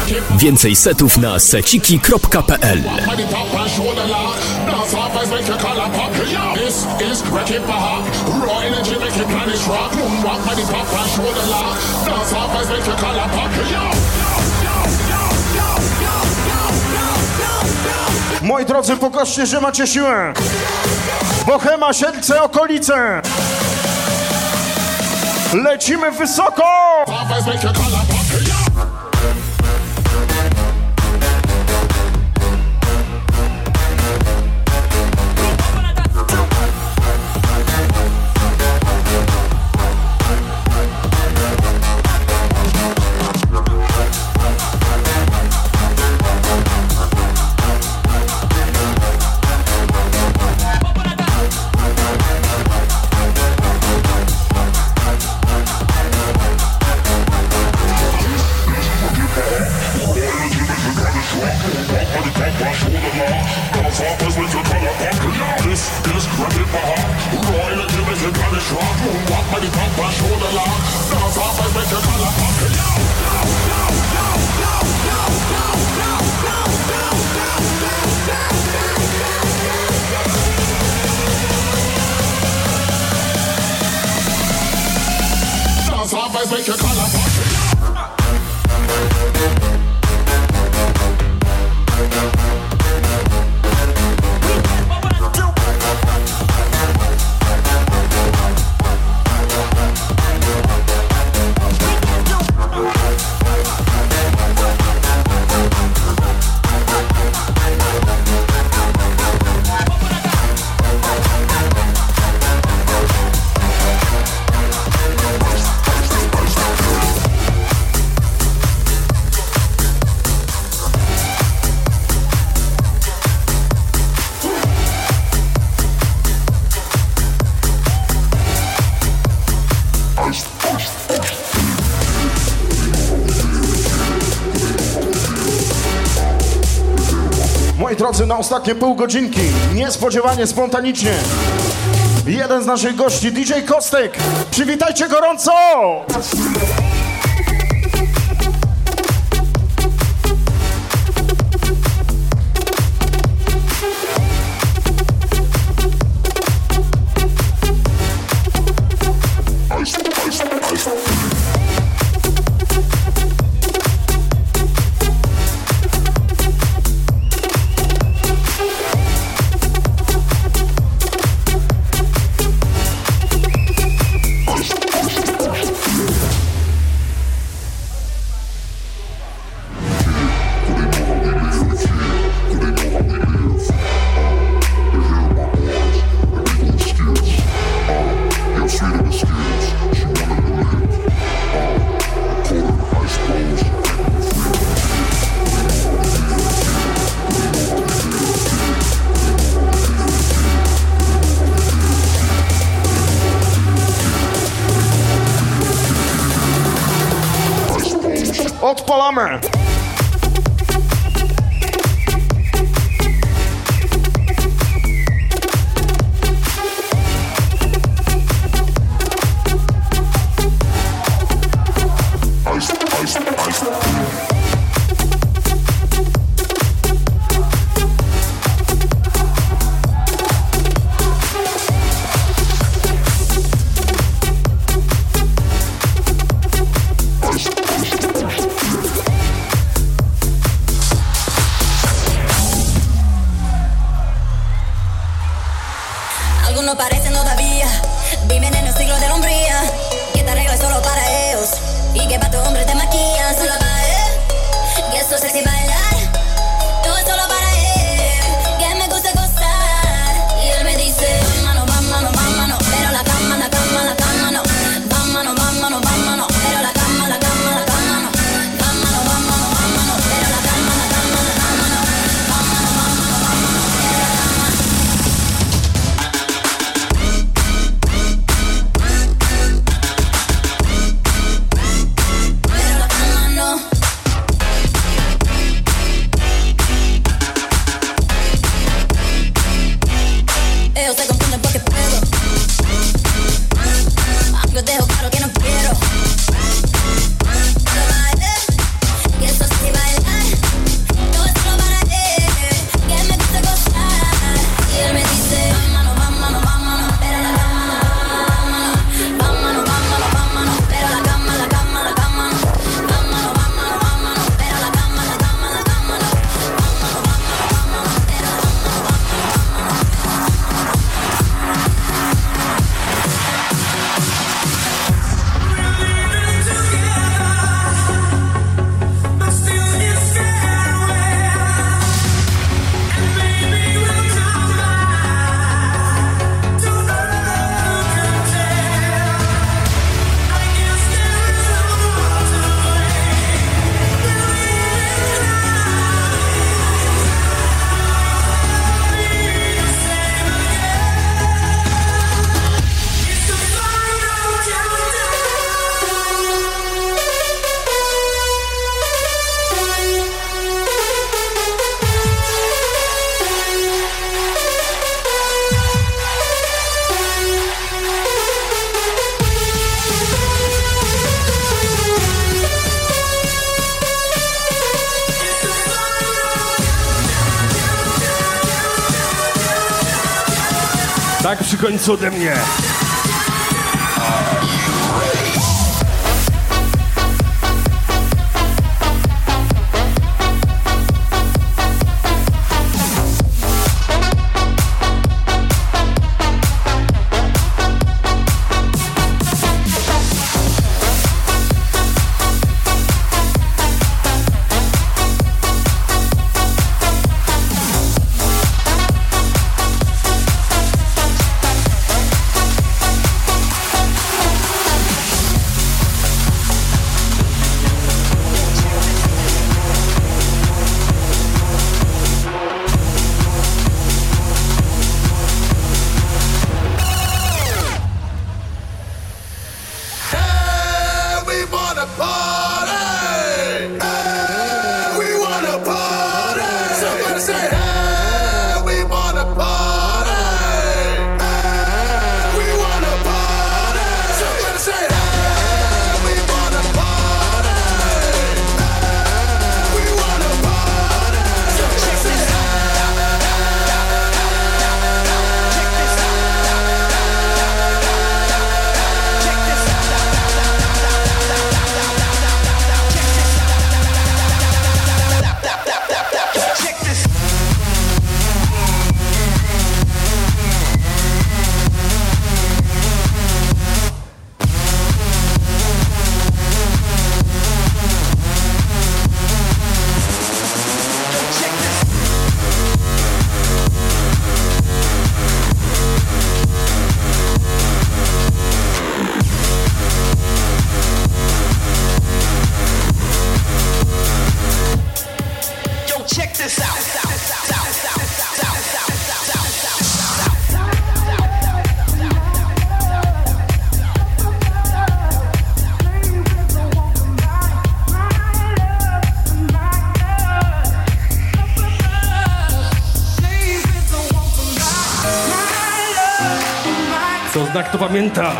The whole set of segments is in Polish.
Więcej setów na seciki.pl. Moi drodzy, pokażcie, że macie siłę. Bohema, Siedlce, okolice. Lecimy wysoko. Moi drodzy, na ostatnie pół godzinki, niespodziewanie, spontanicznie, jeden z naszych gości, DJ Kostek. Przywitajcie gorąco! Odpalamy! Tak przy końcu ode mnie. Co znak to pamięta.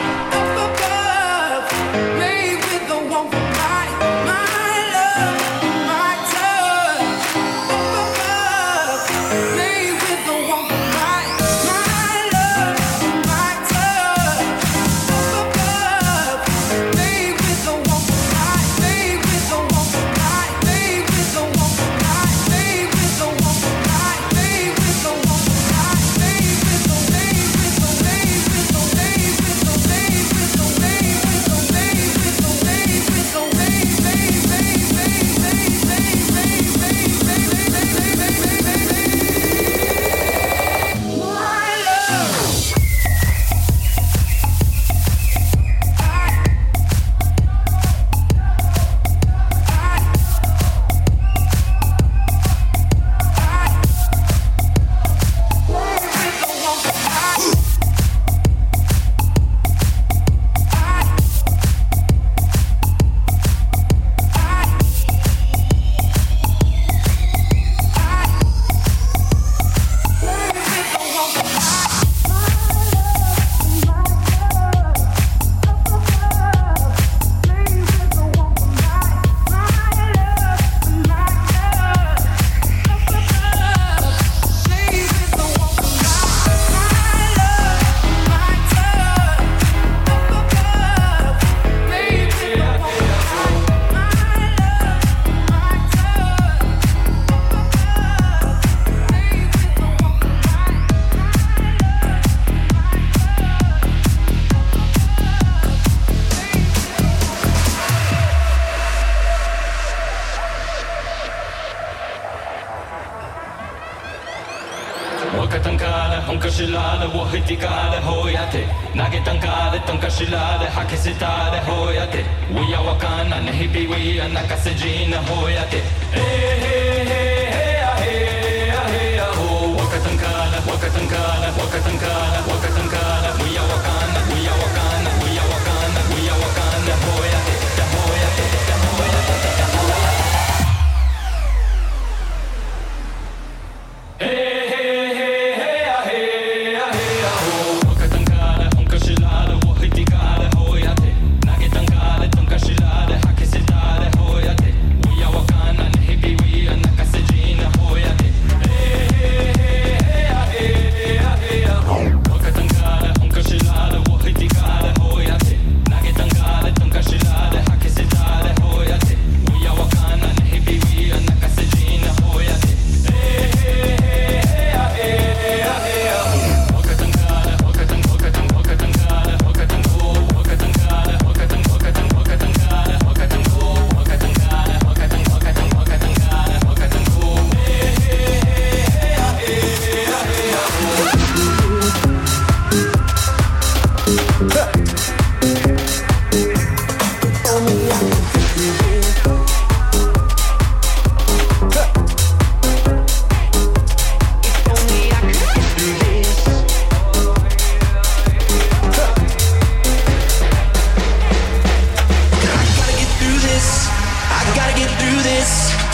Wakanda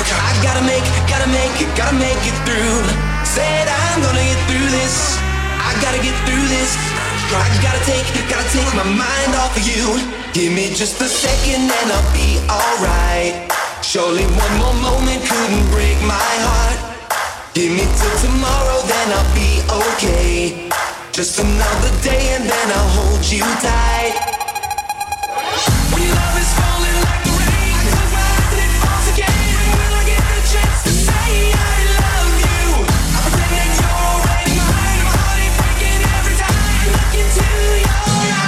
I gotta make it through. Said I'm gonna get through this. I gotta get through this. I gotta take my mind off of you. Give me just a second and I'll be alright. Surely one more moment couldn't break my heart. Give me till tomorrow, then I'll be okay. Just another day and then I'll hold you tight. When love is falling like the rain, I close my eyes and it falls again. Will I get the chance to say I love you? I pretend that you're already mine. My heart is breaking every time I look into your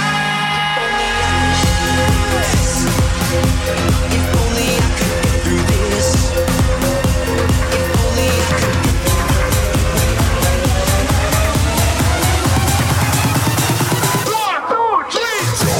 eyes. If only I could get through this. If only I could. One, two, three.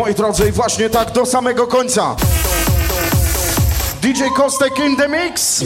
Moi drodzy, i właśnie tak do samego końca. DJ Kostek in the mix.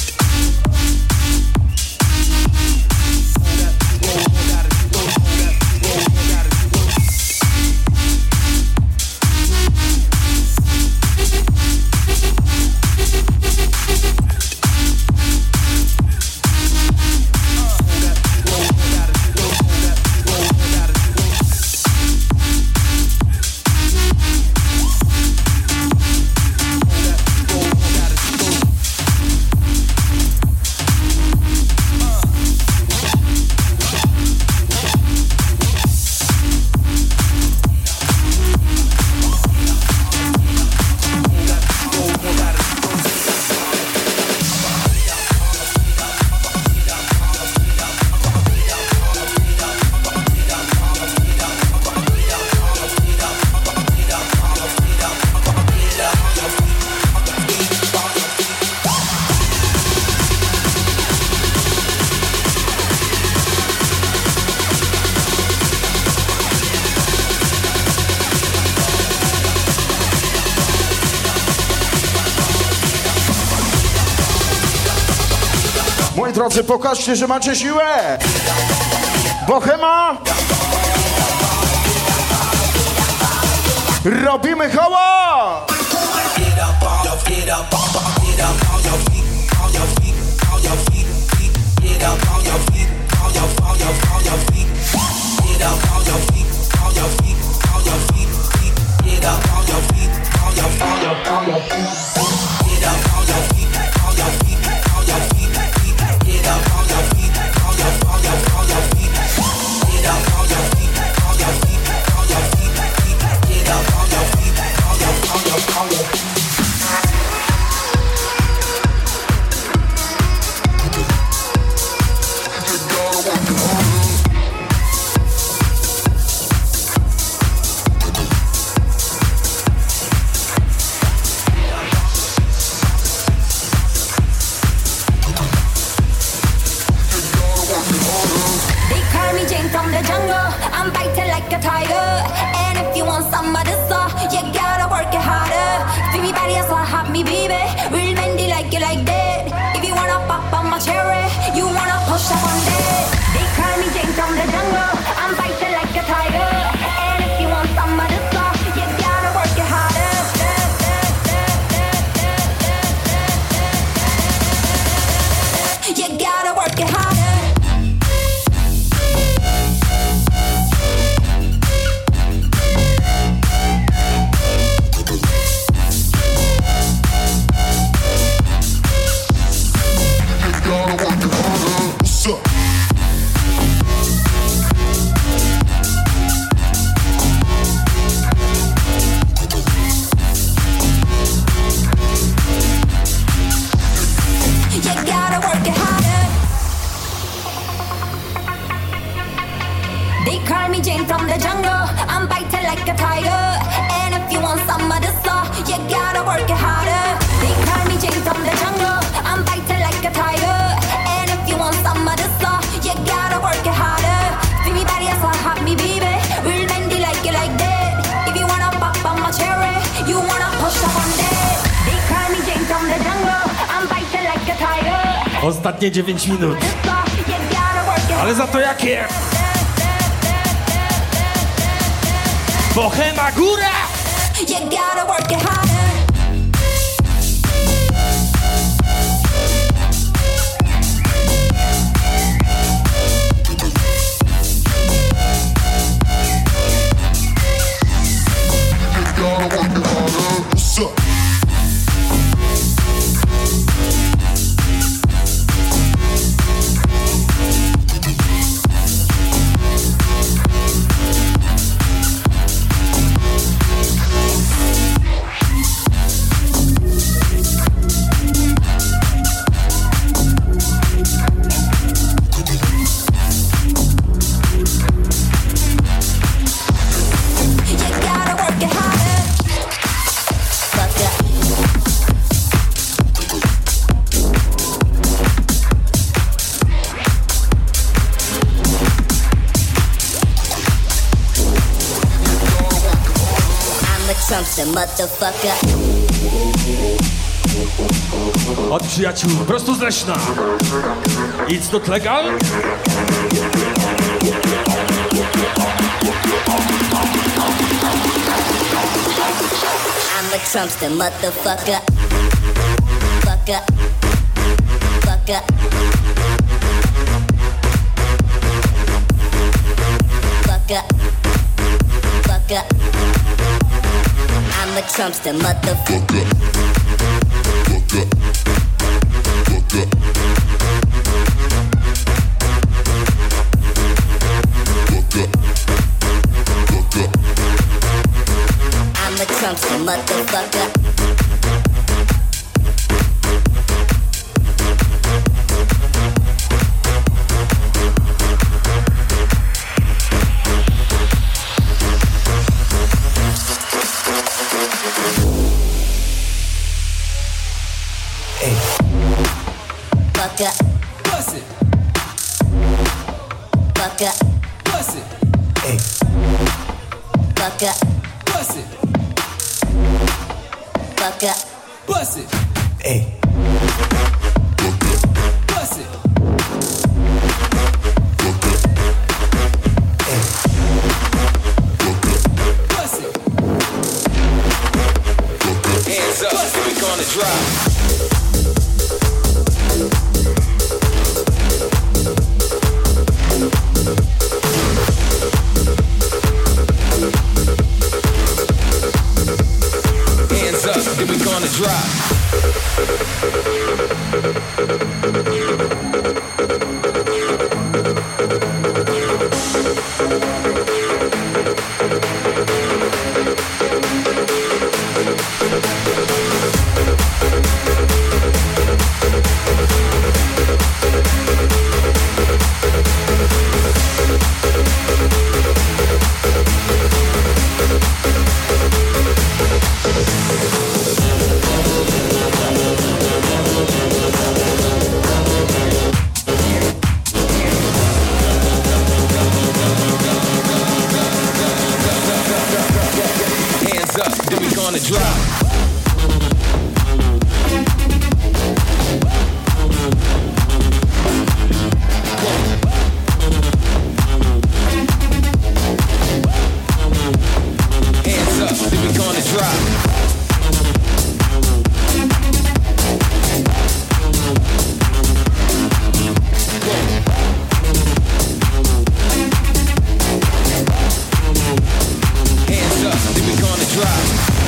Moi drodzy, pokażcie, że macie siłę! Bohema! Robimy hała! Ostatnie 9 minut. Ale za to jakie? Bohema góra! Trump's the motherfucker. Od przyjaciół prosto z Leszna. It's not legal? I'm a Trump's the motherfucker. Fucker. Fucker. Fucker. Fucker. I'm a Trump's the motherfucker. Fucker. Fucker. I'm a Trump's the motherfucker. Hey. Fucker. Bust it. Fucker. Bust it. Hey. Fucker. Bust it. Fucker. Bust it. Hey. Bust it. Hands up, we're gonna drop. Hands up, then we're gonna drop. Hands up, then we gonna drop. Hands up, then we gonna drop. Hands up, then we gonna drop.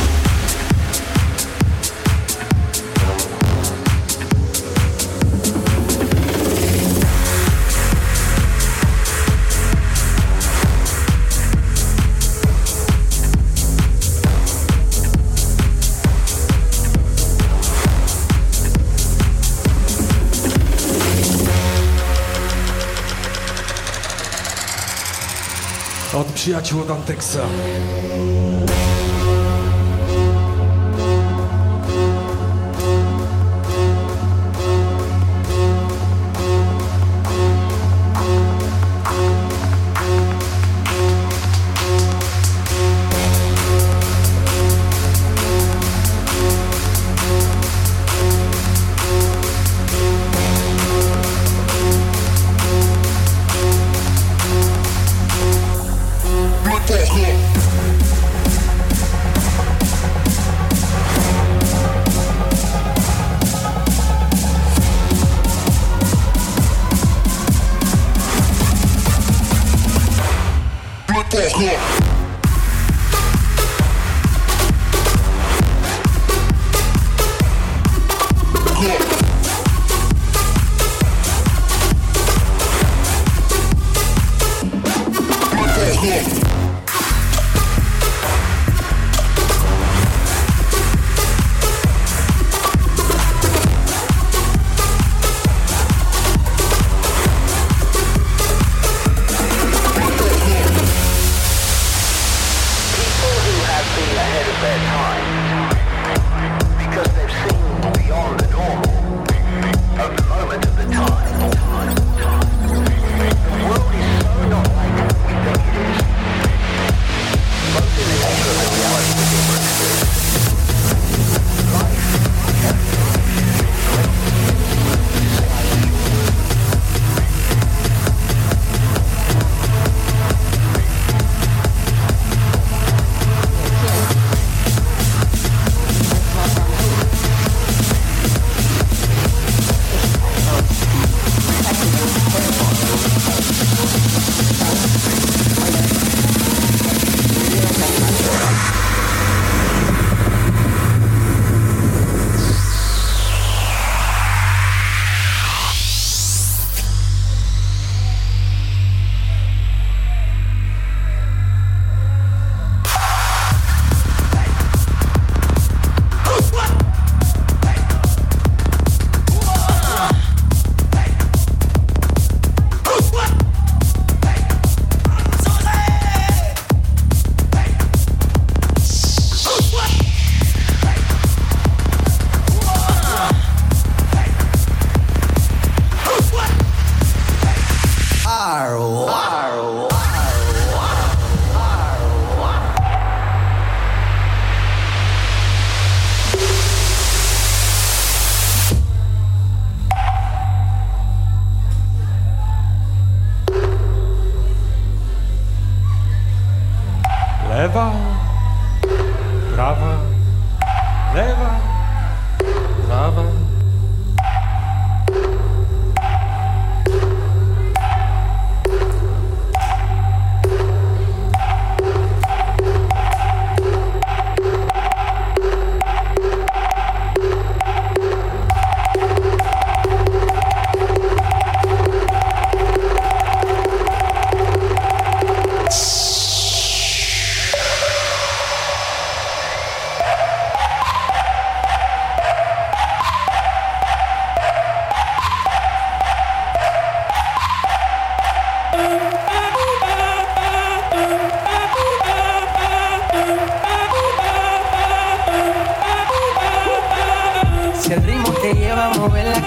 Od przyjaciół od Anteksa.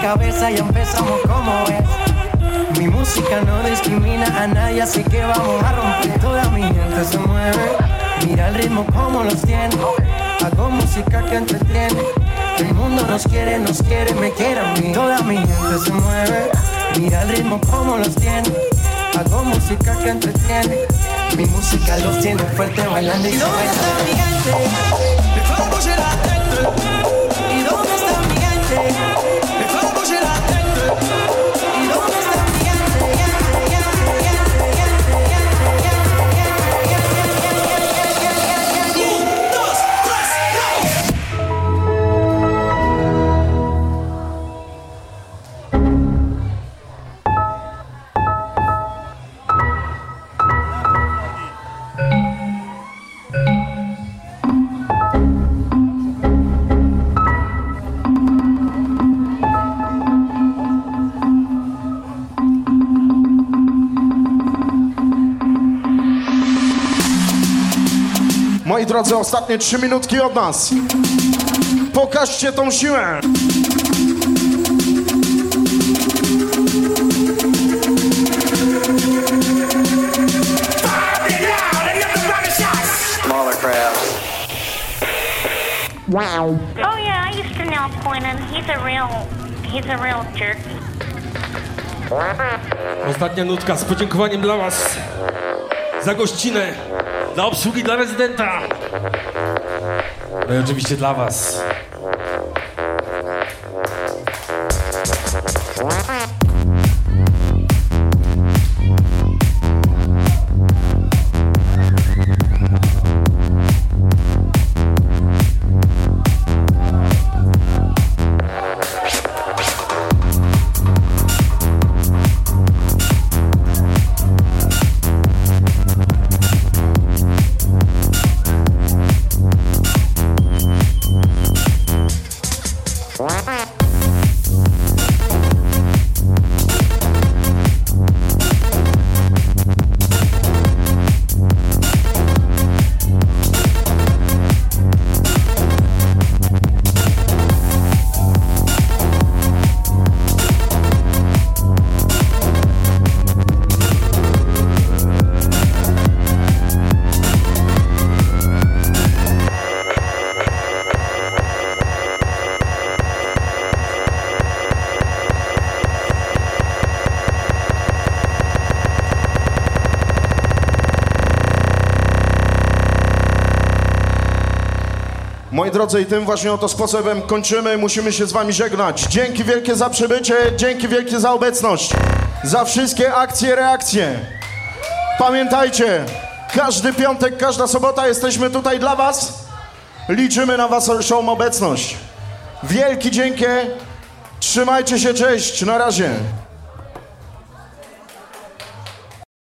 cabeza y empezamos como es. Mi música no discrimina a nadie, así que vamos a romper. Toda mi gente se mueve, mira el ritmo como los tiene. Hago música que entretiene. El mundo nos quiere, me quiere a mí. Toda mi gente se mueve, mira el ritmo como los tiene. Hago música que entretiene. Mi música los tiene fuerte bailando y ¿y dónde está mi gente? Le faut bouger la tête. ¿Y dónde está mi gente? Le faut bouger la tête. ¿Y dónde está mi Moi drodzy, ostatnie 3 minutki od nas. Pokażcie tą siłę. Smaller crowds. Oh yeah, I used to know Quentin. He's a real jerk. Ostatnia nutka z podziękowaniem dla was za gościnę, dla obsługi, dla rezydenta. No i oczywiście dla was. Moi drodzy, i tym właśnie oto sposobem kończymy. Musimy się z wami żegnać. Dzięki wielkie za przybycie, dzięki wielkie za obecność, za wszystkie akcje, reakcje. Pamiętajcie, każdy piątek, każda sobota jesteśmy tutaj dla was. Liczymy na waszą obecność. Wielki dzięki. Trzymajcie się, cześć, na razie.